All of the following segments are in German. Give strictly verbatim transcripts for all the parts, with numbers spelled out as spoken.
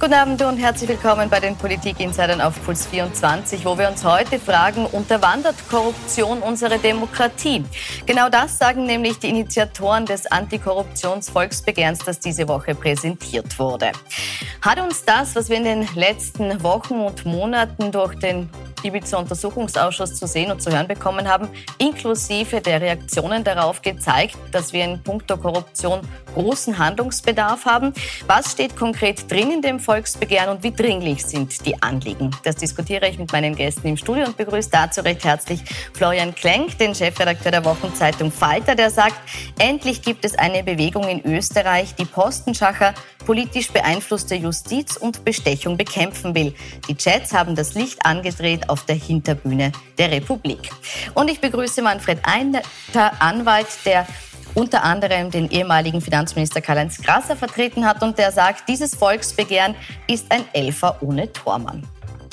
Guten Abend und herzlich willkommen bei den Politik-Insidern auf Puls vierundzwanzig, wo wir uns heute fragen, unterwandert Korruption unsere Demokratie? Genau das sagen nämlich die Initiatoren des Antikorruptions-Volksbegehrens, das diese Woche präsentiert wurde. Hat uns das, was wir in den letzten Wochen und Monaten durch den Ibiza-Untersuchungsausschuss zu sehen und zu hören bekommen haben, inklusive der Reaktionen darauf gezeigt, dass wir in puncto Korruption großen Handlungsbedarf haben? Was steht konkret drin in dem Volksbegehren und wie dringlich sind die Anliegen? Das diskutiere ich mit meinen Gästen im Studio und begrüße dazu recht herzlich Florian Klenk, den Chefredakteur der Wochenzeitung Falter, der sagt, endlich gibt es eine Bewegung in Österreich, die Postenschacher, politisch beeinflusste Justiz und Bestechung bekämpfen will. Die Chats haben das Licht angedreht auf der Hinterbühne der Republik. Und ich begrüße Manfred Einer, Anwalt, der unter anderem den ehemaligen Finanzminister Karl-Heinz Grasser vertreten hat und der sagt, dieses Volksbegehren ist ein Elfer ohne Tormann.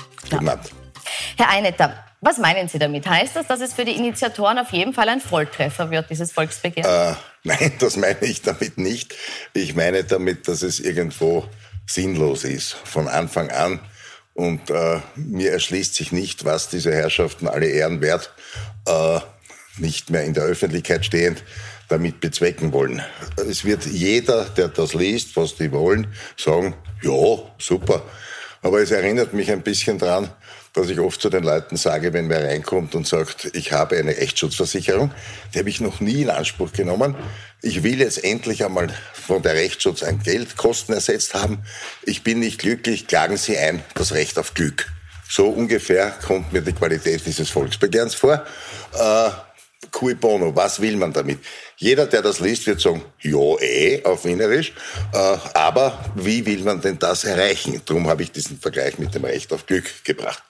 Ja. Herr Einetter, was meinen Sie damit? Heißt das, dass es für die Initiatoren auf jeden Fall ein Volltreffer wird, dieses Volksbegehren? Äh, nein, das meine ich damit nicht. Ich meine damit, dass es irgendwo sinnlos ist, von Anfang an. Und äh, mir erschließt sich nicht, was diese Herrschaften alle ehrenwert, äh, nicht mehr in der Öffentlichkeit stehend, damit bezwecken wollen. Es wird jeder, der das liest, was die wollen, sagen, ja, super. Aber es erinnert mich ein bisschen dran, dass ich oft zu den Leuten sage, wenn wer reinkommt und sagt, ich habe eine Rechtsschutzversicherung, die habe ich noch nie in Anspruch genommen. Ich will jetzt endlich einmal von der Rechtsschutz ein Geldkosten ersetzt haben. Ich bin nicht glücklich, klagen Sie ein, das Recht auf Glück. So ungefähr kommt mir die Qualität dieses Volksbegehrens vor. Äh, Cui bono, was will man damit? Jeder, der das liest, wird sagen, ja, eh, auf Wienerisch. Äh, aber wie will man denn das erreichen? Darum habe ich diesen Vergleich mit dem Recht auf Glück gebracht.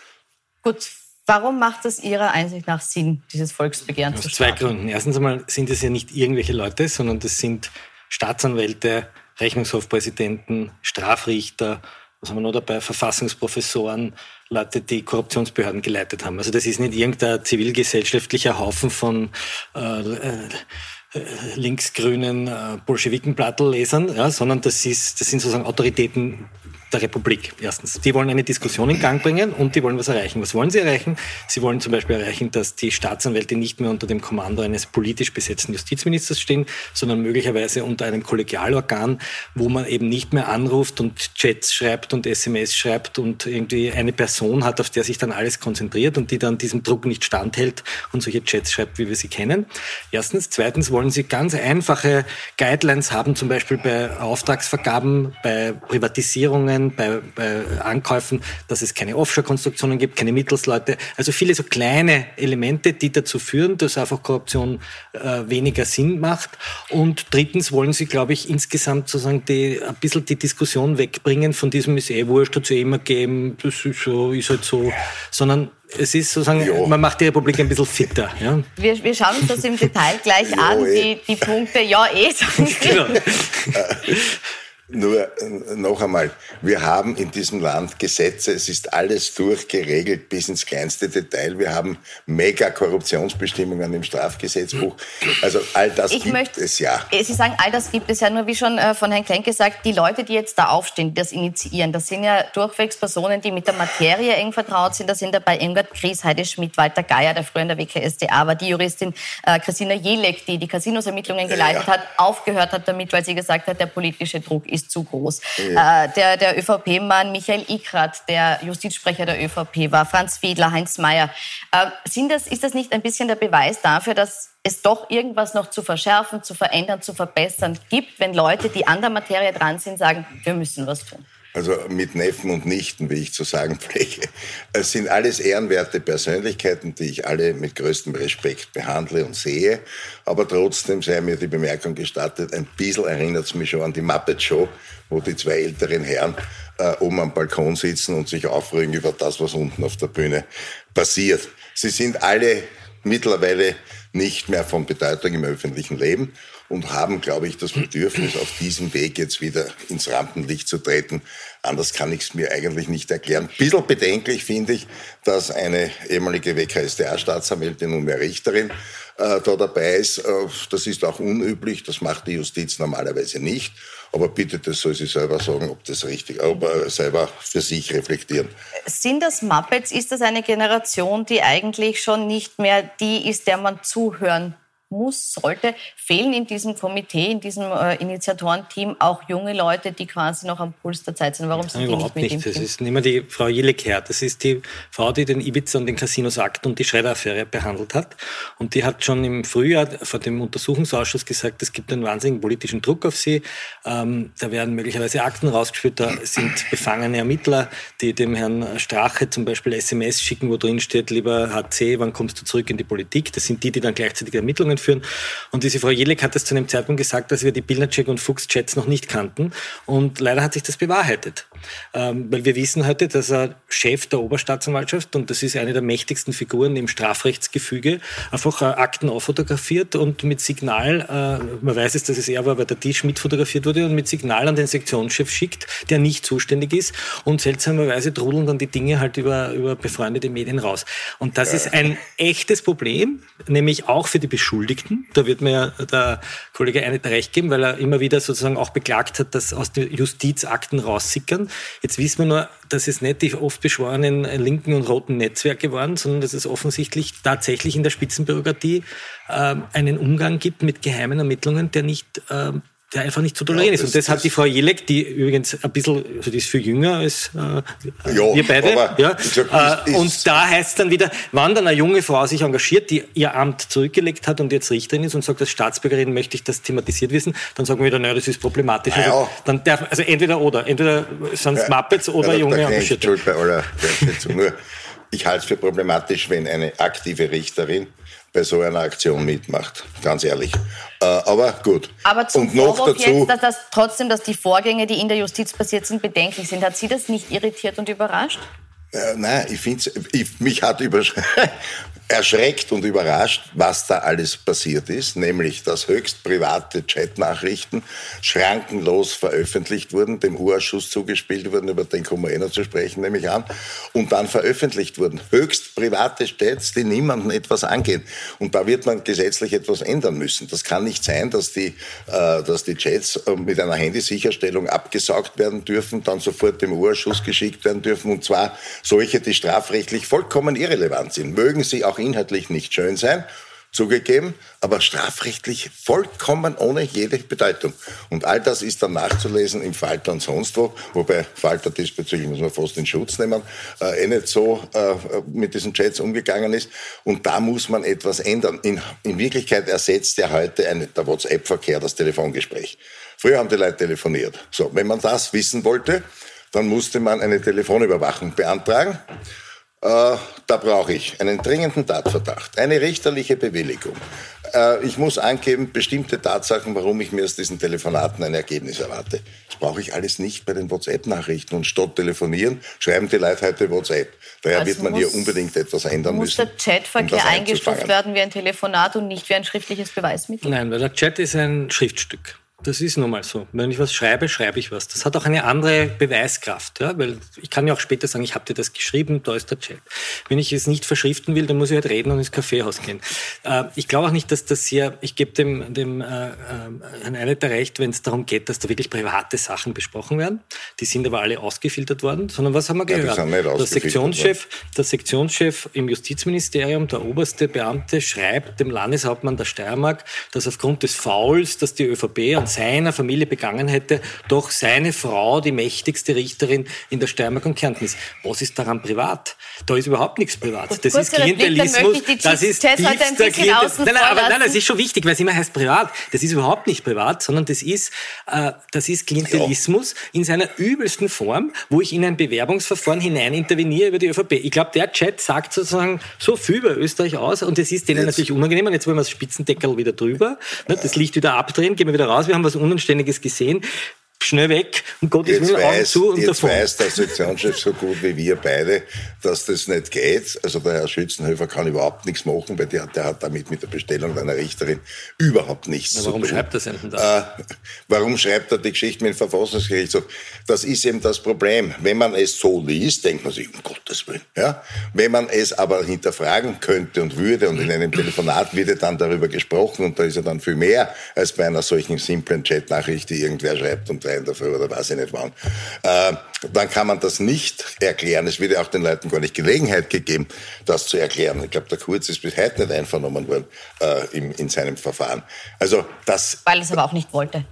Gut, warum macht es Ihrer Einsicht nach Sinn, dieses Volksbegehren zu starten? Aus zwei Gründen. Erstens einmal sind es ja nicht irgendwelche Leute, sondern das sind Staatsanwälte, Rechnungshofpräsidenten, Strafrichter, was haben wir noch dabei, Verfassungsprofessoren, Leute, die Korruptionsbehörden geleitet haben. Also das ist nicht irgendein zivilgesellschaftlicher Haufen von äh, äh, linksgrünen äh, Bolschewikenblattl-Lesern, ja, sondern das, ist, das sind sozusagen Autoritäten der Republik, erstens. Die wollen eine Diskussion in Gang bringen und die wollen was erreichen. Was wollen sie erreichen? Sie wollen zum Beispiel erreichen, dass die Staatsanwälte nicht mehr unter dem Kommando eines politisch besetzten Justizministers stehen, sondern möglicherweise unter einem Kollegialorgan, wo man eben nicht mehr anruft und Chats schreibt und S M S schreibt und irgendwie eine Person hat, auf der sich dann alles konzentriert und die dann diesem Druck nicht standhält und solche Chats schreibt, wie wir sie kennen. Erstens. Zweitens wollen sie ganz einfache Guidelines haben, zum Beispiel bei Auftragsvergaben, bei Privatisierungen, Bei, bei Ankäufen, dass es keine Offshore-Konstruktionen gibt, keine Mittelsleute. Also viele so kleine Elemente, die dazu führen, dass einfach Korruption äh, weniger Sinn macht. Und drittens wollen sie, glaube ich, insgesamt sozusagen die, ein bisschen die Diskussion wegbringen von diesem ist eh wurscht, hat es eh immer gegeben, das ist so, ist halt so, sondern es ist sozusagen, jo. Man macht die Republik ein bisschen fitter. Ja? Wir, wir schauen uns das im Detail gleich jo, an, eh. die, die Punkte. Ja, eh, sagen Sie. Genau. Nur noch einmal, wir haben in diesem Land Gesetze, es ist alles durchgeregelt bis ins kleinste Detail. Wir haben Mega-Korruptionsbestimmungen im Strafgesetzbuch. Also all das ich gibt möchte, es ja. Sie sagen, all das gibt es ja, nur wie schon von Herrn Klenk gesagt, die Leute, die jetzt da aufstehen, die das initiieren, das sind ja durchwegs Personen, die mit der Materie eng vertraut sind. Da sind dabei Irmgard Gries, Heide Schmidt, Walter Geier, der früher in der W K S d A war, die Juristin äh, Christina Jelek, die die Casinos-Ermittlungen geleitet ja. hat, aufgehört hat damit, weil sie gesagt hat, der politische Druck ist zu groß. Ja. Äh, der, der ÖVP-Mann Michael Ikrat, der Justizsprecher der ÖVP war, Franz Fiedler, Heinz Mayer. Äh, sind das, ist das nicht ein bisschen der Beweis dafür, dass es doch irgendwas noch zu verschärfen, zu verändern, zu verbessern gibt, wenn Leute, die an der Materie dran sind, sagen, wir müssen was tun? Also mit Neffen und Nichten, wie ich zu sagen pflege. Es sind alles ehrenwerte Persönlichkeiten, die ich alle mit größtem Respekt behandle und sehe. Aber trotzdem sei mir die Bemerkung gestattet, ein bisschen erinnert es mich schon an die Muppet Show, wo die zwei älteren Herren äh, oben am Balkon sitzen und sich aufregen über das, was unten auf der Bühne passiert. Sie sind alle mittlerweile nicht mehr von Bedeutung im öffentlichen Leben und haben, glaube ich, das Bedürfnis, auf diesem Weg jetzt wieder ins Rampenlicht zu treten. Anders kann ich es mir eigentlich nicht erklären. Ein bisschen bedenklich finde ich, dass eine ehemalige W K S d A-Staatsanwältin, nunmehr Richterin, äh, da dabei ist. Äh, das ist auch unüblich, das macht die Justiz normalerweise nicht. Aber bitte, das soll sie selber sagen, ob das richtig, ob äh, selber für sich reflektieren. Sind das Muppets? Ist das eine Generation, die eigentlich schon nicht mehr die ist, der man zuhören muss, sollte? Fehlen in diesem Komitee, in diesem äh, Initiatorenteam auch junge Leute, die quasi noch am Puls der Zeit sind? Warum sind Nein, die überhaupt nicht mit nicht. im Das Team? ist nicht mehr die Frau Jeleker. Das ist die Frau, die den Ibiza und den Casinos-Akt und die Schredder-Affäre behandelt hat. Und die hat schon im Frühjahr vor dem Untersuchungsausschuss gesagt, es gibt einen wahnsinnigen politischen Druck auf sie. Ähm, da werden möglicherweise Akten rausgeführt. Da sind befangene Ermittler, die dem Herrn Strache zum Beispiel S M S schicken, wo drin steht, lieber H C, wann kommst du zurück in die Politik? Das sind die, die dann gleichzeitig Ermittlungen führen. Und diese Frau Jelek hat das zu einem Zeitpunkt gesagt, dass wir die Pilnacek und Fuchs-Chats noch nicht kannten. Und leider hat sich das bewahrheitet. Ähm, weil wir wissen heute, dass er Chef der Oberstaatsanwaltschaft, und das ist eine der mächtigsten Figuren im Strafrechtsgefüge, einfach äh, Akten auffotografiert und mit Signal, äh, man weiß es, dass es er war, weil der Tisch mitfotografiert wurde, und mit Signal an den Sektionschef schickt, der nicht zuständig ist, und seltsamerweise trudeln dann die Dinge halt über, über befreundete Medien raus. Und das ja. ist ein echtes Problem, nämlich auch für die Beschuldigten. Da wird mir der Kollege Einetter recht geben, weil er immer wieder sozusagen auch beklagt hat, dass aus den Justizakten raussickern. Jetzt wissen wir nur, dass es nicht die oft beschworenen linken und roten Netzwerke waren, sondern dass es offensichtlich tatsächlich in der Spitzenbürokratie äh, einen Umgang gibt mit geheimen Ermittlungen, der nicht äh, der einfach nicht zu tolerieren ja, ist. Und das, das hat die Frau Jelek, die übrigens ein bisschen, also die ist viel jünger als äh, ja, wir beide. Aber, ja. Sag, äh, und da heißt es dann wieder, wenn dann eine junge Frau sich engagiert, die ihr Amt zurückgelegt hat und jetzt Richterin ist und sagt, als Staatsbürgerin möchte ich das thematisiert wissen, dann sagen wir wieder, naja, das ist problematisch. Also, ja. dann darf, also entweder oder. Entweder sind es ja, Muppets oder ja, junge Engagierte. Entschuldigung, bei aller Wertschätzung. Nur, ich halte es für problematisch, wenn eine aktive Richterin bei so einer Aktion mitmacht, ganz ehrlich. Äh, aber gut. Aber zum und noch Vorwurf dazu, jetzt, dass das trotzdem, dass die Vorgänge, die in der Justiz passiert sind, bedenklich sind. Hat Sie das nicht irritiert und überrascht? Äh, nein, ich finde es, mich hat übersch- erschreckt und überrascht, was da alles passiert ist, nämlich dass höchst private Chatnachrichten schrankenlos veröffentlicht wurden, dem U-Ausschuss zugespielt wurden, über den kommen wir eh noch zu sprechen, nehme ich an, und dann veröffentlicht wurden. Höchst private Chats, die niemandem etwas angehen. Und da wird man gesetzlich etwas ändern müssen. Das kann nicht sein, dass die, äh, dass die Chats äh, mit einer Handysicherstellung abgesaugt werden dürfen, dann sofort dem U-Ausschuss geschickt werden dürfen, und zwar solche, die strafrechtlich vollkommen irrelevant sind. Mögen sie auch inhaltlich nicht schön sein, zugegeben, aber strafrechtlich vollkommen ohne jede Bedeutung. Und all das ist dann nachzulesen im Falter und sonst wo, wobei Falter diesbezüglich muss man fast in Schutz nehmen, äh, eh nicht so äh, mit diesen Chats umgegangen ist. Und da muss man etwas ändern. In, in Wirklichkeit ersetzt ja heute eine, der WhatsApp-Verkehr das Telefongespräch. Früher haben die Leute telefoniert. So, wenn man das wissen wollte, dann musste man eine Telefonüberwachung beantragen. Äh, da brauche ich einen dringenden Tatverdacht, eine richterliche Bewilligung. Äh, ich muss angeben, bestimmte Tatsachen, warum ich mir aus diesen Telefonaten ein Ergebnis erwarte. Das brauche ich alles nicht bei den WhatsApp-Nachrichten. Und statt telefonieren, schreiben die Leute heute WhatsApp. Daher also wird man muss, hier unbedingt etwas ändern muss müssen. Muss der Chatverkehr um eingestuft werden wie ein Telefonat und nicht wie ein schriftliches Beweismittel? Nein, weil der Chat ist ein Schriftstück. Das ist nun mal so. Wenn ich was schreibe, schreibe ich was. Das hat auch eine andere Beweiskraft, ja, weil ich kann ja auch später sagen, ich habe dir das geschrieben, da ist der Chat. Wenn ich es nicht verschriften will, dann muss ich halt reden und ins Kaffeehaus gehen. Äh, ich glaube auch nicht, dass das hier, ich gebe dem, dem äh, Herrn Einetter recht, wenn es darum geht, dass da wirklich private Sachen besprochen werden. Die sind aber alle ausgefiltert worden, sondern was haben wir gehört? Ja, der Sektionschef, der Sektionschef im Justizministerium, der oberste Beamte, schreibt dem Landeshauptmann der Steiermark, dass aufgrund des Fouls, dass die ÖVP an seiner Familie begangen hätte, doch seine Frau die mächtigste Richterin in der Steiermark und Kärnten ist. Was ist daran privat? Da ist überhaupt nichts privat. Das ist Klientelismus. Das ist tiefster Klientelismus. Nein, nein, aber nein, das ist schon wichtig, weil es immer heißt privat. Das ist überhaupt nicht privat, sondern das ist, äh, das ist Klientelismus ja. in seiner übelsten Form, wo ich in ein Bewerbungsverfahren hinein interveniere über die ÖVP. Ich glaube, der Chat sagt sozusagen so viel über Österreich aus und das ist denen jetzt. natürlich unangenehm. Und jetzt wollen wir das Spitzendeckel wieder drüber, ne, das Licht wieder abdrehen, gehen wir wieder raus. Wir haben was Unanständiges gesehen. schnell weg, um Gottes Willen, Augen zu und jetzt davon. Jetzt weiß der Sektionschef so gut wie wir beide, dass das nicht geht. Also der Herr Schützenhöfer kann überhaupt nichts machen, weil der, der hat damit mit der Bestellung einer Richterin überhaupt nichts Na, zu tun. Warum schreibt er es denn da? Äh, warum schreibt er die Geschichte mit dem Verfassungsgerichtshof? Das ist eben das Problem. Wenn man es so liest, denkt man sich, um Gottes Willen. Ja? Wenn man es aber hinterfragen könnte und würde, und in einem Telefonat wird dann darüber gesprochen, und da ist ja dann viel mehr als bei einer solchen simplen Chatnachricht, die irgendwer schreibt um drei in der Früh oder weiß ich nicht wann, äh, dann kann man das nicht erklären. Es wird ja auch den Leuten gar nicht Gelegenheit gegeben, das zu erklären. Ich glaube, der Kurz ist bis heute nicht einvernommen worden äh, in, in seinem Verfahren. Also das... Weil es aber auch nicht wollte.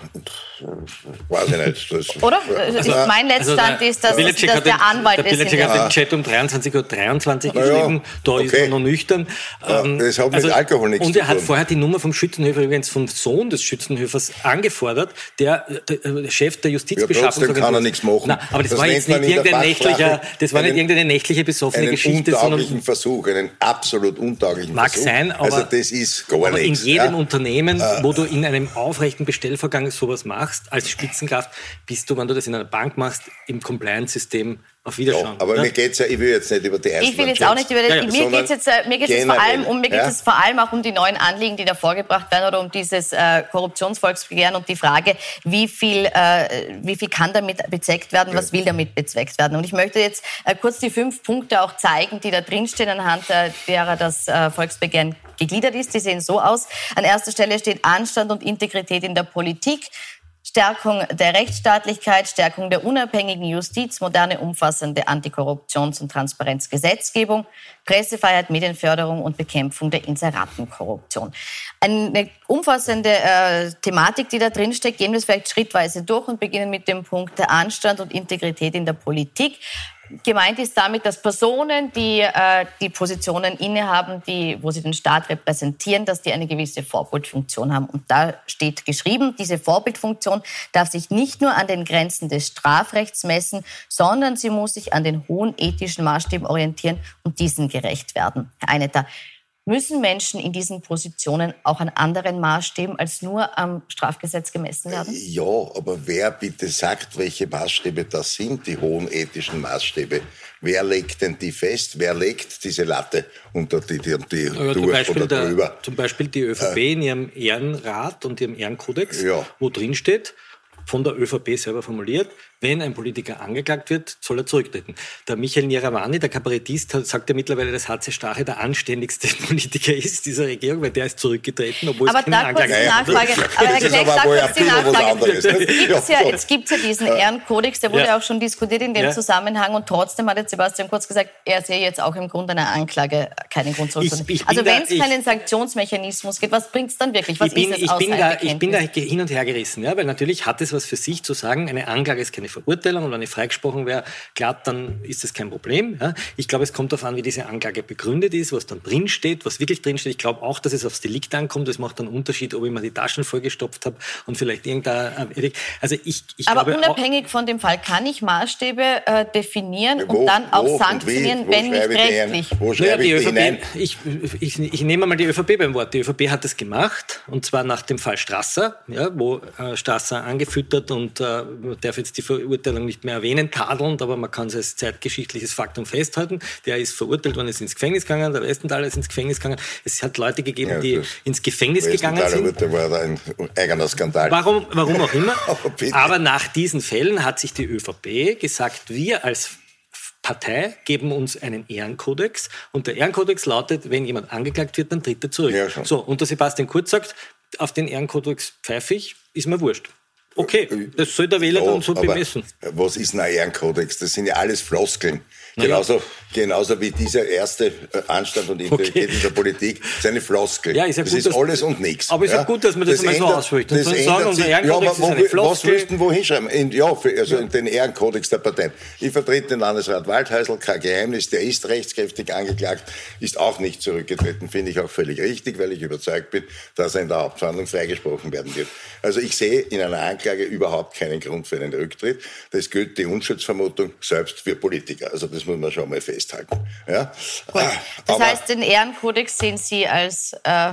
Äh, weiß ich nicht. Das, Oder? Also, mein Letztstand also ist, dass, dass der, der Anwalt der ist. Der Bielecek hat den Chat um dreiundzwanzig Uhr dreiundzwanzig ja, geschrieben, da okay. ist er noch nüchtern. Ja, das hat mit also, Alkohol nichts und zu tun. Und er hat vorher die Nummer vom Schützenhöfer, übrigens vom Sohn des Schützenhöfers, angefordert, der, der, der Chef der Justizbeschaffung. Ja, trotzdem kann er nichts machen. Nein, aber das, das war jetzt nicht irgendeine nächtliche, das war nicht irgendeine nächtliche besoffene einen Geschichte, untauglichen sondern Versuch, einen absolut untauglichen mag Versuch. sein, aber, also das ist gar aber nichts. in jedem ja? Unternehmen, äh, wo du in einem aufrechten Bestellvorgang sowas machst, als Spitzenkraft, bist du, wenn du das in einer Bank machst, im Compliance-System auf Wiederschauen. Ja, aber ja? mir geht's ja, ich will jetzt nicht über die ersten. Ich will jetzt auch nicht über das, ja, ja. mir geht's jetzt, mir geht's jetzt vor allem um, mir geht es ja? vor allem auch um die neuen Anliegen, die da vorgebracht werden, oder um dieses äh, Korruptionsvolksbegehren und die Frage, wie viel, äh, wie viel kann damit bezweckt werden, was ja. will damit bezweckt werden. Und ich möchte jetzt äh, kurz die fünf Punkte auch zeigen, die da drinstehen, anhand äh, derer das äh, Volksbegehren gegliedert ist. Die sehen so aus. An erster Stelle steht Anstand und Integrität in der Politik. Stärkung der Rechtsstaatlichkeit, Stärkung der unabhängigen Justiz, moderne, umfassende Antikorruptions- und Transparenzgesetzgebung, Pressefreiheit, Medienförderung und Bekämpfung der Inseratenkorruption. Eine umfassende äh, Thematik, die da drin steckt, gehen wir es vielleicht schrittweise durch und beginnen mit dem Punkt der Anstand und Integrität in der Politik. Gemeint ist damit, dass Personen, die äh, die Positionen innehaben, die, wo sie den Staat repräsentieren, dass die eine gewisse Vorbildfunktion haben. Und da steht geschrieben, diese Vorbildfunktion darf sich nicht nur an den Grenzen des Strafrechts messen, sondern sie muss sich an den hohen ethischen Maßstäben orientieren und diesen gerecht werden. Herr Einetter, müssen Menschen in diesen Positionen auch an anderen Maßstäben als nur am Strafgesetz gemessen werden? Ja, aber wer bitte sagt, welche Maßstäbe das sind, die hohen ethischen Maßstäbe? Wer legt denn die fest? Wer legt diese Latte unter die, die, die ja, durch oder der, drüber? Zum Beispiel die ÖVP äh, in ihrem Ehrenrat und ihrem Ehrenkodex, ja. wo drin steht, von der ÖVP selber formuliert, wenn ein Politiker angeklagt wird, soll er zurücktreten. Der Michael Nieravani, der Kabarettist, sagt ja mittlerweile, dass H C Stache der anständigste Politiker ist dieser Regierung, weil der ist zurückgetreten, obwohl aber es keine Anklage gibt. Aber da kurz die Nachfrage. Aber Herr Kleck sagt kurz die Nachfrage. Jetzt gibt's ja, jetzt gibt's ja diesen Ehrenkodex, der wurde ja auch schon diskutiert in dem ja. Zusammenhang, und trotzdem hat jetzt Sebastian Kurz gesagt, er sehe jetzt auch im Grunde einer Anklage keinen Grund zurückzunehmen. Also wenn es keinen Sanktionsmechanismus gibt, was bringt es dann wirklich? Was ich bin, ist es ich aus bin da, Ich bin da hin und her gerissen, ja, weil natürlich hat es was für sich zu sagen, eine Anklage ist keine Verurteilung, und wenn ich freigesprochen wäre, glatt, dann ist das kein Problem. Ja. Ich glaube, es kommt darauf an, wie diese Anklage begründet ist, was dann drinsteht, was wirklich drinsteht. Ich glaube auch, dass es aufs Delikt ankommt. Das macht einen Unterschied, ob ich mir die Taschen vollgestopft habe und vielleicht irgendein... Also ich, ich Aber glaube, unabhängig von dem Fall kann ich Maßstäbe äh, definieren wo, und dann auch wo sanktionieren, wenn nicht rechtlich. Wo schreibe naja, ich die hinein? Ich, ich, ich nehme mal die ÖVP beim Wort. Die ÖVP hat das gemacht, und zwar nach dem Fall Strasser, ja, wo äh, Strasser angefüttert, und äh, man darf jetzt die Verurteilung nicht mehr erwähnen, tadelnd, aber man kann es als zeitgeschichtliches Faktum festhalten. Der ist verurteilt worden, ist ins Gefängnis gegangen, der Westenthaler ist ins Gefängnis gegangen. Es hat Leute gegeben, ja, die ins Gefängnis gegangen sind. Das war ein eigener Skandal. Warum, warum auch immer. aber, aber nach diesen Fällen hat sich die ÖVP gesagt, wir als Partei geben uns einen Ehrenkodex, und der Ehrenkodex lautet, wenn jemand angeklagt wird, dann tritt er zurück. Ja, so, und der Sebastian Kurz sagt, auf den Ehrenkodex pfeife ich, ist mir wurscht. Okay, das soll der Wähler ja, dann so bemessen. Was ist ein Ehrenkodex? Das sind ja alles Floskeln. Genauso, ja. genauso wie dieser erste Anstand und Integrität okay. in der Politik, ist eine Floskel. Ja, ist ja das gut, ist alles und nichts. Aber es ist ja gut, dass man das, das einmal so ausspricht. Und dann sagen, unser Ehrenkodex ja, ist eine Floskel. Was müssten wo hinschreiben? In, ja, für, also ja. in den Ehrenkodex der Parteien. Ich vertrete den Landesrat Waldhäusl, kein Geheimnis, der ist rechtskräftig angeklagt, ist auch nicht zurückgetreten, finde ich auch völlig richtig, weil ich überzeugt bin, dass er in der Hauptverhandlung freigesprochen werden wird. Also ich sehe in einer Anklage überhaupt keinen Grund für einen Rücktritt. Das gilt die Unschuldsvermutung selbst für Politiker. Also das muss man schon mal festhalten. Ja? Das heißt, den Ehrenkodex sehen Sie als äh,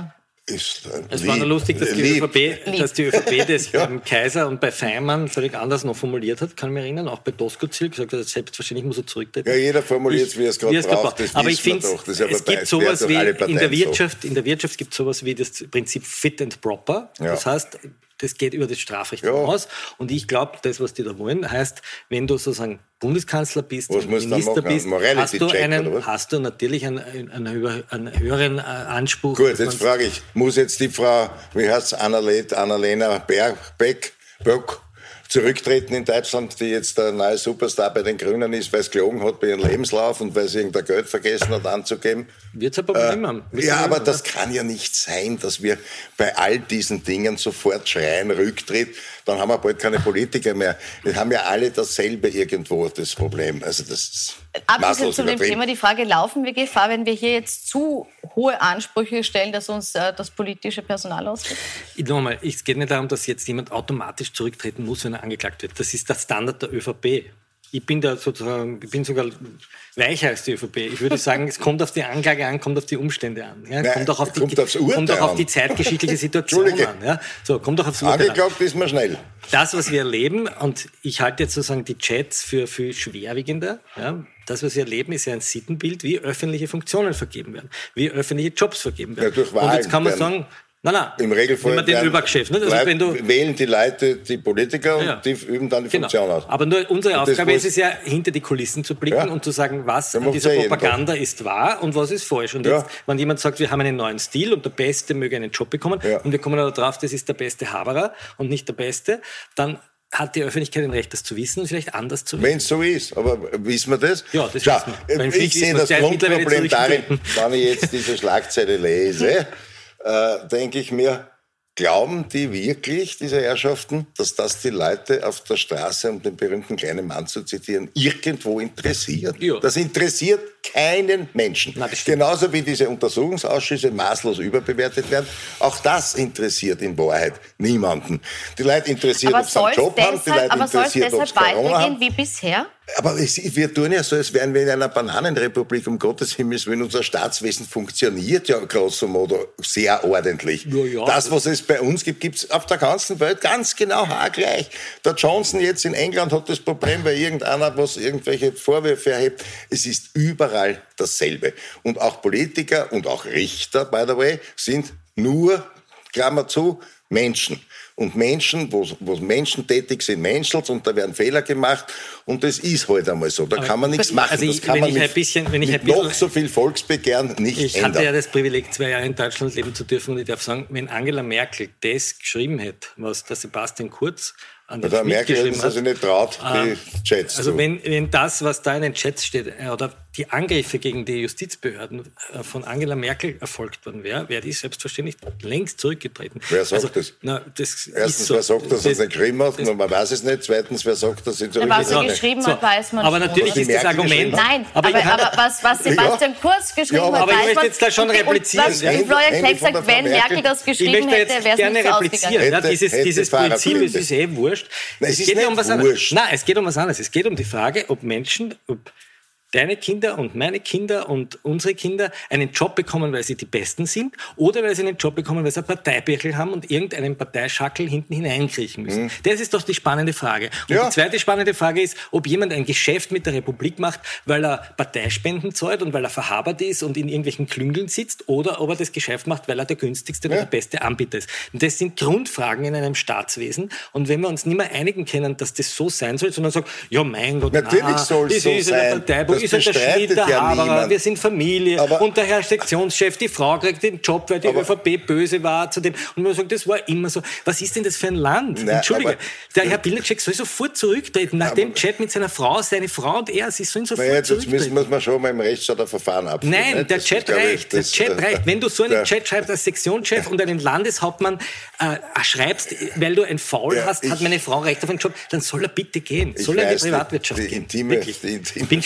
Ist es war nur lustig, dass die, ÖVP, dass die ÖVP das ja. beim Kaiser und bei Feimann völlig anders noch formuliert hat, kann ich mich erinnern. Auch bei Doskozil gesagt hat, selbstverständlich muss er zurücktreten. Ja, jeder formuliert es, wie er es gerade braucht. Das aber ich finde, es gibt sowas wie, in der Wirtschaft, in der Wirtschaft gibt es sowas wie das Prinzip Fit and Proper. Ja. Das heißt, das geht über das Strafrecht ja. hinaus. Und ich glaube, das, was die da wollen, heißt, wenn du sozusagen Bundeskanzler bist, was Minister bist, hast du, einen, hast du natürlich einen, einen, einen höheren Anspruch. Gut, jetzt frage ich, muss jetzt die Frau, wie heißt es, Annalena Baerbock, Bock, zurücktreten in Deutschland, die jetzt der neue Superstar bei den Grünen ist, weil es gelogen hat bei ihrem Lebenslauf und weil sie irgendein Geld vergessen hat anzugeben. Wird es ein Problem äh, haben. Ja, aber haben, das kann ja nicht sein, dass wir bei all diesen Dingen sofort schreien, Rücktritt, dann haben wir bald keine Politiker mehr. Wir haben ja alle dasselbe irgendwo, das Problem. Also das ist abschließend zu dem Thema die Frage, laufen wir Gefahr, wenn wir hier jetzt zu hohe Ansprüche stellen, dass uns äh, das politische Personal ausgeht? Nochmal, es geht nicht darum, dass jetzt jemand automatisch zurücktreten muss, wenn er angeklagt wird. Das ist der Standard der ÖVP. Ich bin da sozusagen, ich bin sogar weicher als die ÖVP. Ich würde sagen, es kommt auf die Anklage an, kommt auf die Umstände an. Ja? Nein, kommt auch auf die, kommt aufs Urteil kommt auch auf die zeitgeschichtliche Situation an. Ja? So, kommt auch aufs Urteil an. Angeklagt ist man schnell. Das, was wir erleben, und ich halte jetzt sozusagen die Chats für viel schwerwiegender, ja? Das, was wir erleben, ist ja ein Sittenbild, wie öffentliche Funktionen vergeben werden, wie öffentliche Jobs vergeben werden. Ja, durch Wahlen und jetzt kann man sagen, Nein, nein, im Regelfall wenn man den Übergeschäft, ne? also wenn du wählen die Leute die Politiker und ja. die üben dann die Funktion genau. aus. Aber nur unsere und Aufgabe ist es ja, hinter die Kulissen zu blicken ja. und zu sagen, was an dieser Propaganda ist wahr und was ist falsch. Und ja. jetzt, wenn jemand sagt, wir haben einen neuen Stil und der Beste möge einen Job bekommen ja. und wir kommen aber drauf, das ist der beste Haberer und nicht der Beste, dann hat die Öffentlichkeit ein Recht, das zu wissen und vielleicht anders zu wissen. Wenn es so ist, aber wissen wir das? Ja, das Schau, wissen wir. Ich, ich sehe das Grundproblem darin, wenn ich jetzt diese Schlagzeile lese, äh, denke ich mir, glauben die wirklich, diese Herrschaften, dass das die Leute auf der Straße, um den berühmten kleinen Mann zu zitieren, irgendwo interessiert? Ja. Das interessiert keinen Menschen. Nein, genauso wie diese Untersuchungsausschüsse maßlos überbewertet werden. Auch das interessiert in Wahrheit niemanden. Die Leute interessiert, ob sie einen Job deshalb, haben, die Leute aber interessiert, ob sie Corona haben. Aber soll es deshalb weitergehen wie bisher? Aber es, wir tun ja so, als wären wir in einer Bananenrepublik, um Gottes Himmels Willen. Unser Staatswesen funktioniert ja grosso modo sehr ordentlich. Ja, ja. Das, was es bei uns gibt, gibt es auf der ganzen Welt ganz genau haargleich. Der Johnson jetzt in England hat das Problem, weil irgendeiner was irgendwelche Vorwürfe erhebt. Es ist überall dasselbe. Und auch Politiker und auch Richter, by the way, sind nur, Klammer zu, Menschen. Und Menschen, wo, wo Menschen tätig sind, menschelt's und da werden Fehler gemacht und das ist halt einmal so. Da aber kann man nichts machen. Also ich, das kann wenn man ich mit, ein bisschen, wenn ich mit ein bisschen, noch so viel Volksbegehren nicht ich ändern. Ich hatte ja das Privileg, zwei Jahre in Deutschland leben zu dürfen und ich darf sagen, wenn Angela Merkel das geschrieben hätte, was der Sebastian Kurz an der Merkel hätten sie sich nicht traut, die Chats Also zu. wenn, wenn das, was da in den Chats steht, oder die Angriffe gegen die Justizbehörden von Angela Merkel erfolgt worden wäre, wäre die selbstverständlich längst zurückgetreten. Wer sagt also, das? Na, das Erstens, so. wer sagt, dass das, er es geschrieben hat? Das, man weiß es nicht. Zweitens, wer sagt, dass sie zurückgetreten hat? Was er geschrieben hat, weiß man aber schon. Natürlich ist das Argument... Nein, aber, aber, aber was, was Sebastian ja. Kurz geschrieben ja, hat, aber weiß ich möchte jetzt da schon replizieren. Und, und Florian Klenk sagt, wenn Merkel das geschrieben hätte, wäre es nicht ausgegangen. Ja, dieses, dieses Prinzip es ist eh wurscht. Nein, es, es geht nicht um was anderes. Nein, es geht um was anderes. Es geht um die Frage, ob Menschen, ob deine Kinder und meine Kinder und unsere Kinder einen Job bekommen, weil sie die Besten sind, oder weil sie einen Job bekommen, weil sie ein Parteibirkel haben und irgendeinen Parteischackel hinten hineinkriechen müssen. Mhm. Das ist doch die spannende Frage. Und ja. die zweite spannende Frage ist, ob jemand ein Geschäft mit der Republik macht, weil er Parteispenden zahlt und weil er verhabert ist und in irgendwelchen Klüngeln sitzt, oder ob er das Geschäft macht, weil er der günstigste ja. oder der beste Anbieter ist. Und das sind Grundfragen in einem Staatswesen. Und wenn wir uns nicht mehr einigen können, dass das so sein soll, sondern sagen, ja mein Gott, natürlich na, soll es so ist sein. Partei, ist ja der Schnitt, der ja Haberer, wir sind Familie aber und der Herr Sektionschef, die Frau kriegt den Job, weil die ÖVP böse war zu dem. Und man sagt, das war immer so. Was ist denn das für ein Land? Nein, Entschuldige, aber, der Herr Bildnercheck soll sofort zurücktreten, nach dem Chat mit seiner Frau, seine Frau und er, sie sollen sofort naja, zurücktreten. Jetzt müssen wir schon mal im Rechtsstaat ein Verfahren abführen. Nein, nicht? der das Chat ist, reicht, ich, das, der Chat reicht. Wenn du so einen Chat schreibst als Sektionschef und einen Landeshauptmann äh, schreibst, weil du ein Foul ja, hast, ich, hat meine Frau Recht auf einen Job, dann soll er bitte gehen. Soll er in die Privatwirtschaft die gehen. Intime, die intime ich bin schwer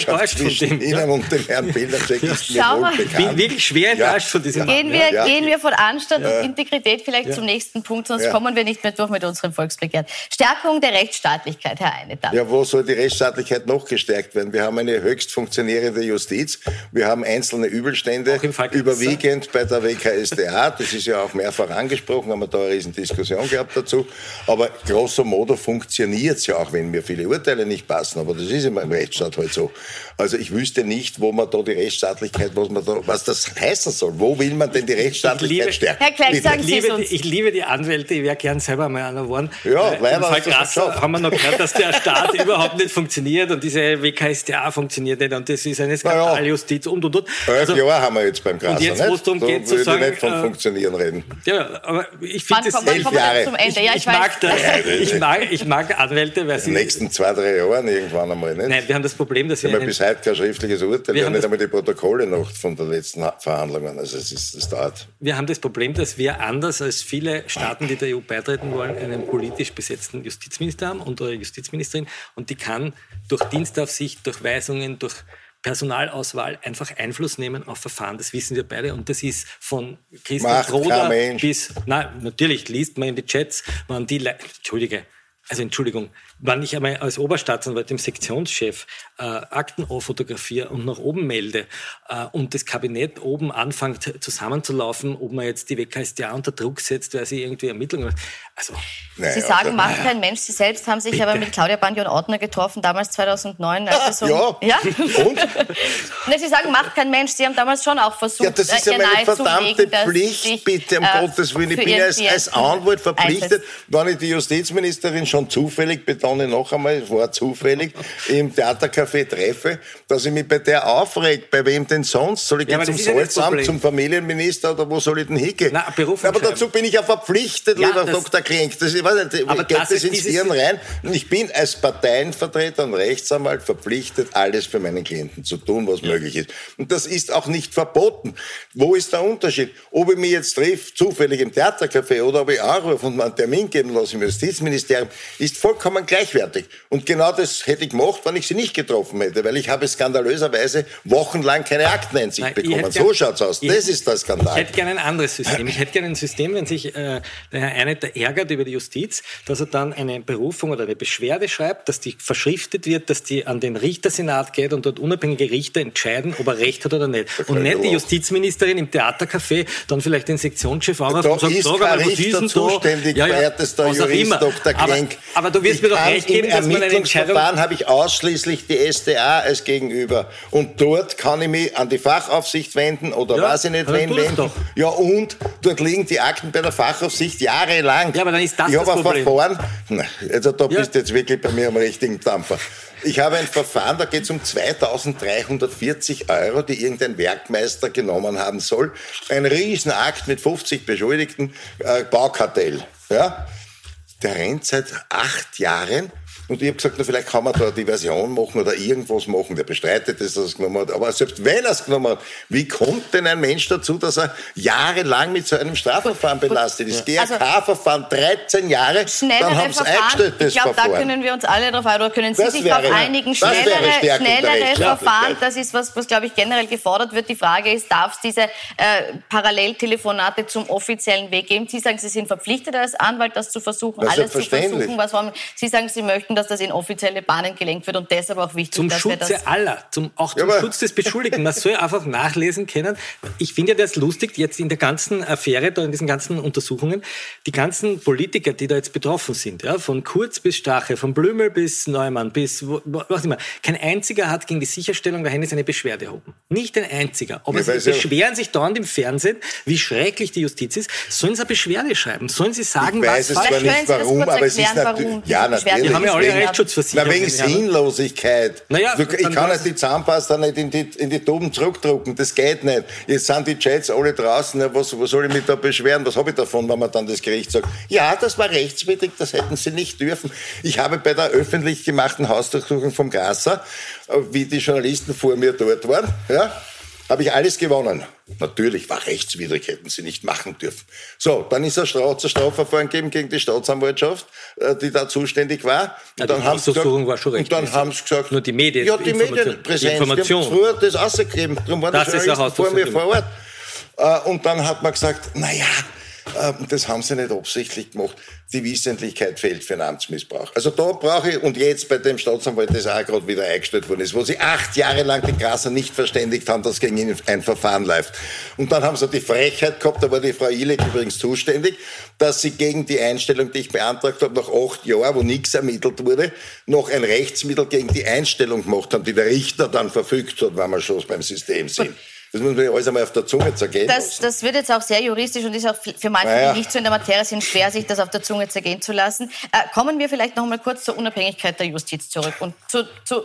enttäuscht von dem. Ihnen ja. und dem Herrn Pilnacek ja. ist mir Schau wohl bekannt. Ich bin wirklich schwer enttäuscht ja. von diesem Mann. Gehen wir, ja. gehen wir von Anstand ja. und Integrität vielleicht ja. zum nächsten Punkt, sonst ja. kommen wir nicht mehr durch mit unserem Volksbegehren. Stärkung der Rechtsstaatlichkeit, Herr Einetan. Ja, wo soll die Rechtsstaatlichkeit noch gestärkt werden? Wir haben eine höchst funktionierende Justiz. Wir haben einzelne Übelstände, überwiegend bei der W K S d A. Das ist ja auch mehrfach angesprochen, haben wir da eine riesen Diskussion gehabt dazu. Aber grosso modo funktioniert es ja auch, wenn mir viele Urteile nicht passen. Aber das ist immer im Rechtsstaat halt so. Also ich wüsste nicht, wo man da die Rechtsstaatlichkeit, was, man da, was das heißen soll. Wo will man denn die Rechtsstaatlichkeit liebe, stärken? Herr Kleck, sagen Sie es uns. Ich liebe die Anwälte, ich wäre gern selber mal einer geworden. Ja, äh, leider. Im Fall Grasser haben wir noch gehört, dass der Staat überhaupt nicht funktioniert und diese W K S d A funktioniert nicht und das ist eine Skandaljustiz und und und. Elf also, Jahre haben wir jetzt beim Grasser, und jetzt, wo es darum geht, so zu sagen, nicht von äh, Funktionieren reden. Ja, aber ich finde das elf Jahre. Zum Ende. Ja, ich, ich, mag das, ich, mag, ich mag Anwälte, weil sie... In den nächsten zwei, drei Jahren irgendwann einmal, nicht? Nein, wir haben das Problem, dass wir... Wir haben bis heute kein schriftliches Urteil, wir, wir haben nicht einmal die Protokolle noch von den letzten Verhandlungen, also es ist, das dauert. Wir haben das Problem, dass wir anders als viele Staaten, die der E U beitreten wollen, einen politisch besetzten Justizminister haben und eine Justizministerin und die kann durch Dienstaufsicht, durch Weisungen, durch Personalauswahl einfach Einfluss nehmen auf Verfahren. Das wissen wir beide. Und das ist von Christian Droder bis... Na, natürlich liest man in die Chats, man die... Le- Entschuldige. Also Entschuldigung, wenn ich einmal als Oberstaatsanwalt dem Sektionschef äh, Akten fotografiere und nach oben melde äh, und das Kabinett oben anfängt zusammenzulaufen, ob man jetzt die W K S d A unter Druck setzt, weil sie irgendwie Ermittlungen macht. Also, naja, Sie sagen, macht kein Mensch. Sie selbst haben sich bitte. aber mit Claudia Bandion-Ortner getroffen, damals zweitausendneun. Als ah, so ja. ja, und? Ne, Sie sagen, macht kein Mensch. Sie haben damals schon auch versucht, ja, das ist ja meine verdammte Pflicht, bitte, um äh, Gottes Willen. Ich bin ja als, als Anwalt verpflichtet, wenn ich die Justizministerin schon zufällig, betone noch einmal, es war zufällig, im Theatercafé treffe, dass ich mich bei der aufrege. Bei wem denn sonst? Soll ich ja, zum Salzamt, zum Familienminister oder wo soll ich denn hingehen? Na, aber dazu bin ich ja verpflichtet, ja, lieber Doktor Klenk. Das, ich weiß nicht, aber geht das, das ins Hirn rein? Und ich bin als Parteienvertreter und Rechtsanwalt verpflichtet, alles für meinen Klienten zu tun, was ja. möglich ist. Und das ist auch nicht verboten. Wo ist der Unterschied? Ob ich mich jetzt treffe, zufällig im Theatercafé oder ob ich anrufe und mir einen Termin geben lasse im Justizministerium, ist vollkommen gleichwertig. Und genau das hätte ich gemacht, wenn ich sie nicht getroffen hätte, weil ich habe skandalöserweise wochenlang keine Akteneinsicht Nein, bekommen. So schaut's aus. Ich, das ist der Skandal. Ich hätte gerne ein anderes System. Ich hätte gerne ein System, wenn sich äh, der Herr Einetter ärgert über die Justiz, dass er dann eine Berufung oder eine Beschwerde schreibt, dass die verschriftet wird, dass die an den Richtersenat geht und dort unabhängige Richter entscheiden, ob er recht hat oder nicht. Und nicht die Justizministerin im Theatercafé dann vielleicht den Sektionschef anruft und sagt, sag mal, was ist denn zuständig, da? verehrtester ja, ja, Jurist Doktor Klenk. Aber, aber du wirst ich mir doch recht geben, dass man eine Entscheidung... Im Ermittlungsverfahren habe ich ausschließlich die S d A als Gegenüber. Und dort kann ich mich an die Fachaufsicht wenden oder ja, weiß ich nicht, wen wenden. Doch. Ja, und dort liegen die Akten bei der Fachaufsicht jahrelang. Ja, aber dann ist das ich das habe ein Problem. Verfahren... Na, also da ja. bist du jetzt wirklich bei mir am richtigen Dampfer. Ich habe ein Verfahren, da geht es um zweitausenddreihundertvierzig Euro, die irgendein Werkmeister genommen haben soll. Ein Riesenakt mit fünfzig Beschuldigten, äh, Baukartell. Ja? Der rennt seit acht Jahren. Und ich habe gesagt, na, vielleicht kann man da eine Diversion machen oder irgendwas machen. Der bestreitet, dass er es genommen hat. Aber selbst wenn er es genommen hat, wie kommt denn ein Mensch dazu, dass er jahrelang mit so einem Strafverfahren belastet ist? G A K-Verfahren, dreizehn Jahre, dann haben sie eingestellt, das Ich glaube, da Verfahren. können wir uns alle darauf einigen, oder können Sie das sich wäre, darauf einigen, schnellere, schnellere Verfahren, das ist was, was, glaube ich, generell gefordert wird. Die Frage ist, darf es diese äh, Paralleltelefonate zum offiziellen Weg geben? Sie sagen, Sie sind verpflichtet als Anwalt, das zu versuchen, das alles zu versuchen. Was wollen, Sie sagen, Sie möchten, dass das in offizielle Bahnen gelenkt wird und deshalb auch wichtig, zum dass Schutze wir das... aller, zum, auch zum ja, Schutz des Beschuldigten. Man soll einfach nachlesen können. Ich finde ja das lustig, jetzt in der ganzen Affäre, da in diesen ganzen Untersuchungen, die ganzen Politiker, die da jetzt betroffen sind, ja, von Kurz bis Strache, von Blümel bis Neumann bis, was immer, kein einziger hat gegen die Sicherstellung der Handys eine Beschwerde erhoben. Nicht ein einziger. Aber ja, sie beschweren sich dauernd im Fernsehen, wie schrecklich die Justiz ist. Sollen sie eine Beschwerde schreiben? Sollen sie sagen, ich weiß was es zwar nicht, warum, aber es ist natürlich... Ja, natürlich. Die haben ja alle Rechtsschutz. Na, wegen Sinnlosigkeit. Naja, du, ich kann jetzt die Zahnpasta nicht in die, in die Tuben zurückdrucken, das geht nicht. Jetzt sind die Chats alle draußen, ja, was, was soll ich mich da beschweren, was habe ich davon, wenn man dann das Gericht sagt, ja, das war rechtswidrig, das hätten sie nicht dürfen. Ich habe bei der öffentlich gemachten Hausdurchsuchung vom Grasser, wie die Journalisten vor mir dort waren, ja, Habe ich alles gewonnen. Natürlich war rechtswidrig, hätten sie nicht machen dürfen. So, dann ist ein Strafverfahren gegeben gegen die Staatsanwaltschaft, die da zuständig war. Und ja, dann haben sie gesagt, war schon und dann haben sie gesagt, nur die Medien, ja, die Medienpräsenz, die haben früher das rausgegeben, darum waren die Journalisten vor mir vor Ort. Und dann hat man gesagt, naja, das haben sie nicht absichtlich gemacht. Die Wissentlichkeit fehlt für einen Amtsmissbrauch. Also da brauche ich, und jetzt bei dem Staatsanwalt, das auch gerade wieder eingestellt worden ist, wo sie acht Jahre lang den Grasser nicht verständigt haben, dass gegen ihn ein Verfahren läuft. Und dann haben sie die Frechheit gehabt, da war die Frau Ilek übrigens zuständig, dass sie gegen die Einstellung, die ich beantragt habe, nach acht Jahren, wo nichts ermittelt wurde, noch ein Rechtsmittel gegen die Einstellung gemacht haben, die der Richter dann verfügt hat, wenn wir schon beim System sind. Das muss man ja alles einmal auf der Zunge zergehen das, das wird jetzt auch sehr juristisch und ist auch für manche, naja. die nicht so in der Materie sind, schwer, sich das auf der Zunge zergehen zu lassen. Äh, kommen wir vielleicht noch mal kurz zur Unabhängigkeit der Justiz zurück und zu... zu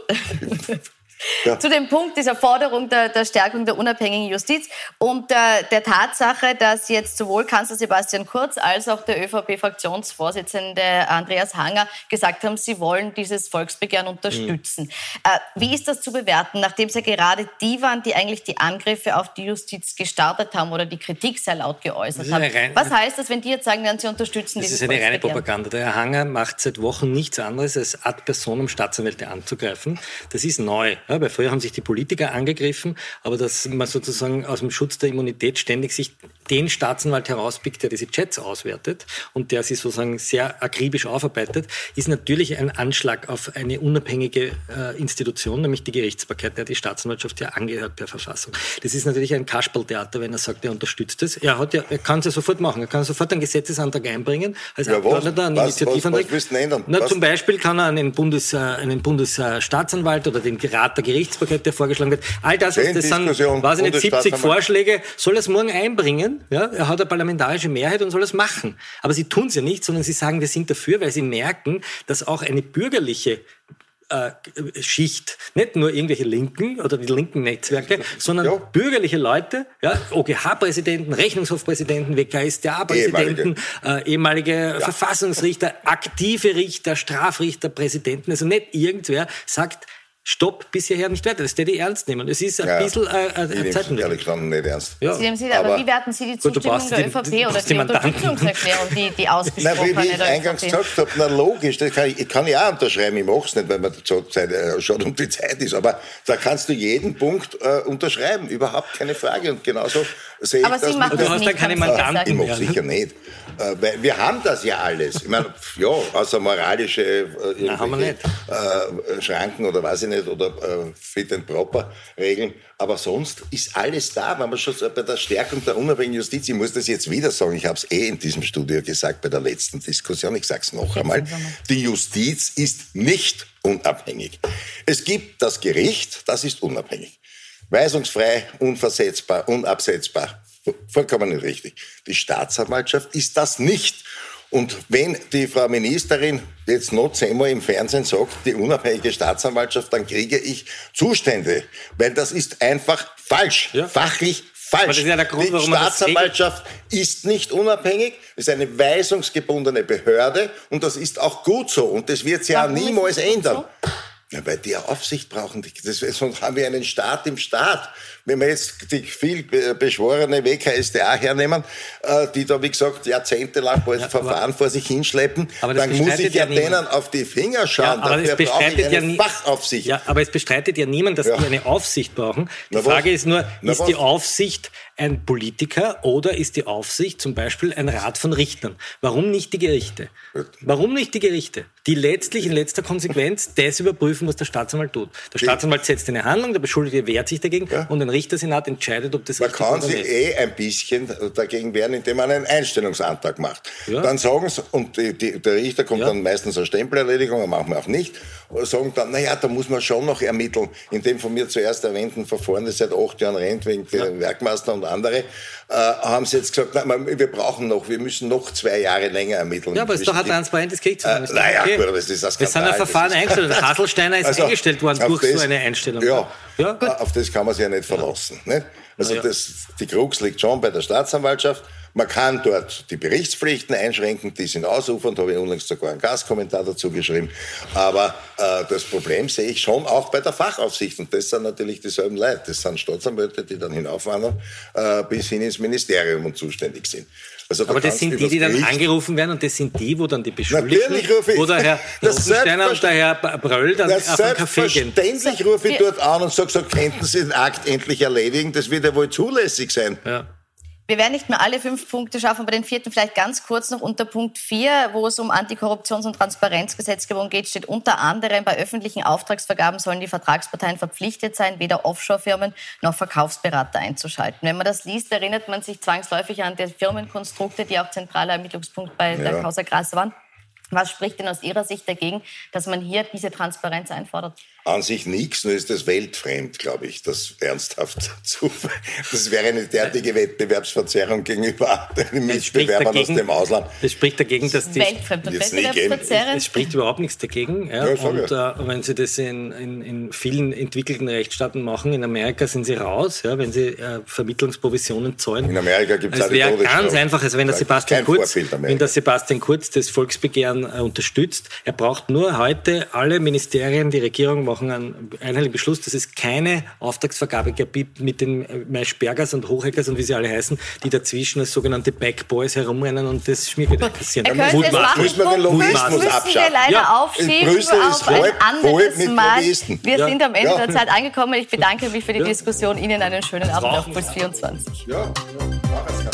Ja. Zu dem Punkt dieser Forderung der, der Stärkung der unabhängigen Justiz und der, der Tatsache, dass jetzt sowohl Kanzler Sebastian Kurz als auch der ÖVP-Fraktionsvorsitzende Andreas Hanger gesagt haben, sie wollen dieses Volksbegehren unterstützen. Mhm. Äh, wie ist das zu bewerten, nachdem es ja gerade die waren, die eigentlich die Angriffe auf die Justiz gestartet haben oder die Kritik sehr laut geäußert haben? Rein, Was heißt das, wenn die jetzt sagen, werden sie unterstützen dieses Volksbegehren? Das ist eine reine Propaganda. Der Herr Hanger macht seit Wochen nichts anderes, als ad personam Staatsanwälte anzugreifen. Das ist neu. Ja, weil früher haben sich die Politiker angegriffen, aber dass man sozusagen aus dem Schutz der Immunität ständig sich den Staatsanwalt herauspickt, der diese Chats auswertet und der sie sozusagen sehr akribisch aufarbeitet, ist natürlich ein Anschlag auf eine unabhängige äh, Institution, nämlich die Gerichtsbarkeit, der die Staatsanwaltschaft ja angehört per Verfassung. Das ist natürlich ein Kasperltheater, wenn er sagt, er unterstützt es. Er, hat ja, er kann es ja sofort machen. Er kann sofort einen Gesetzesantrag einbringen, als ja, Abgeordneter, einen was, Initiativantrag. Was, was ändern? Na, zum Beispiel kann er einen, Bundes, äh, einen Bundesstaatsanwalt oder den Rat der Gerichtsbarkeit, der vorgeschlagen wird. All das, was das sind, weiß ich nicht, siebzig Vorschläge, soll er es morgen einbringen. Ja? Er hat eine parlamentarische Mehrheit und soll es machen. Aber sie tun es ja nicht, sondern sie sagen, wir sind dafür, weil sie merken, dass auch eine bürgerliche äh, Schicht, nicht nur irgendwelche Linken oder die linken Netzwerke, sondern ja. bürgerliche Leute, ja, O G H-Präsidenten, Rechnungshofpräsidenten, W K S t A-Präsidenten, ehemalige, äh, ehemalige ja. Verfassungsrichter, aktive Richter, Strafrichter, Präsidenten, also nicht irgendwer sagt, Stopp, bis hierher nicht weiter. Das hätte ich ernst nehmen. Es ist ein ja, bisschen äh, ein Zeitenweg. Ehrlich gesagt nicht ernst. Ja. Sie haben Sie, aber, aber wie werten Sie die Zustimmung gut, der die, ÖVP die, oder die, die Unterstützungserklärung, die, die ausgesprochen hat? Wie ich eingangs gesagt habe, na logisch, das kann ich, kann ich auch unterschreiben. Ich mache es nicht, weil man zur Zeit äh, schon um die Zeit ist. Aber da kannst du jeden Punkt äh, unterschreiben. Überhaupt keine Frage. Und genauso sehe ich aber das. Sie machen das du hast da keine Mandanten. Ich mache sicher nicht. Äh, weil wir haben das ja alles. Ich meine, ja, außer moralische äh, Nein, haben wir nicht. Äh, Schranken oder weiß ich nicht, oder äh, Fit and Proper Regeln. Aber sonst ist alles da, wenn man schon bei der Stärkung der unabhängigen Justiz, ich muss das jetzt wieder sagen, ich habe es eh in diesem Studio gesagt bei der letzten Diskussion, ich sage es noch einmal, die Justiz ist nicht unabhängig. Es gibt das Gericht, das ist unabhängig. Weisungsfrei, unversetzbar, unabsetzbar. Vollkommen nicht richtig. Die Staatsanwaltschaft ist das nicht. Und wenn die Frau Ministerin jetzt noch zehnmal im Fernsehen sagt, die unabhängige Staatsanwaltschaft, dann kriege ich Zustände. Weil das ist einfach falsch. Ja. Fachlich falsch. Das ist ja der Grund, warum die Staatsanwaltschaft ist nicht unabhängig, ist eine weisungsgebundene Behörde und das ist auch gut so. Und das wird sie ja niemals ändern. Ja, weil die Aufsicht brauchen. Das, sonst haben wir einen Staat im Staat. Wenn wir jetzt die viel beschworene W K S t A hernehmen, die da, wie gesagt, jahrzehntelang ja, Verfahren vor sich hinschleppen, dann muss ich ja, ja denen auf die Finger schauen. Ja, Dafür brauche ich eine ja Fachaufsicht. Ja, aber es bestreitet ja niemand, dass ja. die eine Aufsicht brauchen. Die Na Frage was? ist nur, Na ist was? die Aufsicht ein Politiker oder ist die Aufsicht zum Beispiel ein Rat von Richtern? Warum nicht die Gerichte? Warum nicht die Gerichte? Die letztlich in letzter Konsequenz das überprüfen, was der Staatsanwalt tut. Der Staatsanwalt setzt eine Handlung, der Beschuldigte wehrt sich dagegen ja. und ein Richtersenat entscheidet, ob das man richtig ist. Man kann sich eh ein bisschen dagegen wehren, indem man einen Einstellungsantrag macht. Ja. Dann sagen sie, und die, die, der Richter kommt ja. dann meistens eine Stempelerledigung, manchmal auch nicht, sagen dann, naja, da muss man schon noch ermitteln. In dem von mir zuerst erwähnten Verfahren, das seit acht Jahren rennt, wegen ja. der Werkmeister und andere, äh, haben sie jetzt gesagt, nein, wir brauchen noch, wir müssen noch zwei Jahre länger ermitteln. Ja, aber es ist doch ein transparentes Gerichtsverfahren. Äh, naja, okay. gut, aber das ist das Es sind ein Verfahren eingestellt. Der Haselsteiner ist also, eingestellt worden durch das, so eine Einstellung. Ja, ja gut. Auf das kann man sich ja nicht verlassen. Ja. Nicht? Also ja. das, die Krux liegt schon bei der Staatsanwaltschaft. Man kann dort die Berichtspflichten einschränken, die sind ausufernd, habe ich unlängst sogar einen Gastkommentar dazu geschrieben. Aber äh, das Problem sehe ich schon auch bei der Fachaufsicht. Und das sind natürlich dieselben Leute. Das sind Staatsanwälte, die dann hinaufwandern äh, bis hin ins Ministerium und zuständig sind. Also, aber das sind die, die dann Gericht angerufen werden und das sind die, wo dann die Beschuldigten, Natürlich rufe ich, wo der Herr Rosensteiner und der Herr Bröll dann auf einen Café gehen. Selbstverständlich rufe ich dort an und sage, so, könnten Sie den Akt endlich erledigen, das wird ja wohl zulässig sein. Ja. Wir werden nicht mehr alle fünf Punkte schaffen, bei den vierten vielleicht ganz kurz noch unter Punkt vier, wo es um Antikorruptions- und Transparenzgesetzgebung geht, steht unter anderem, bei öffentlichen Auftragsvergaben sollen die Vertragsparteien verpflichtet sein, weder Offshore-Firmen noch Verkaufsberater einzuschalten. Wenn man das liest, erinnert man sich zwangsläufig an die Firmenkonstrukte, die auch zentraler Ermittlungspunkt bei ja. der Causa Grasser waren. Was spricht denn aus Ihrer Sicht dagegen, dass man hier diese Transparenz einfordert? An sich nichts, nur ist das weltfremd, glaube ich, das ernsthaft zu. Das wäre eine derartige Wettbewerbsverzerrung gegenüber den Mitbewerbern aus dem Ausland. Das spricht dagegen, dass die... Weltfremd und Wettbewerbsverzerrend? Es spricht überhaupt nichts dagegen. Ja. Ja, und äh, wenn Sie das in, in, in vielen entwickelten Rechtsstaaten machen, in Amerika sind Sie raus, ja, wenn Sie äh, Vermittlungsprovisionen zahlen. In Amerika gibt es auch die Todesstrafe. Es wäre ganz einfach, also wenn der Sebastian Kurz, wenn der Sebastian Kurz das Volksbegehren äh, unterstützt, er braucht nur heute alle Ministerien, die Regierung machen einen einheitlichen Beschluss, dass es keine Auftragsvergabe gibt mit den Maischbergers und Hocheckers und wie sie alle heißen, die dazwischen als sogenannte Backboys herumrennen und das Schmiergeld kassieren. Er könnte es machen. Müssen wir den Lobbyismus abschaffen. Wir leider ja. aufschieben Brüssel ist auf ein anderes Mal. Wir ja. sind am Ende ja. der Zeit angekommen. Ich bedanke mich für die ja. Diskussion. Ihnen einen schönen Abend auf Puls vierundzwanzig. Ja, ja.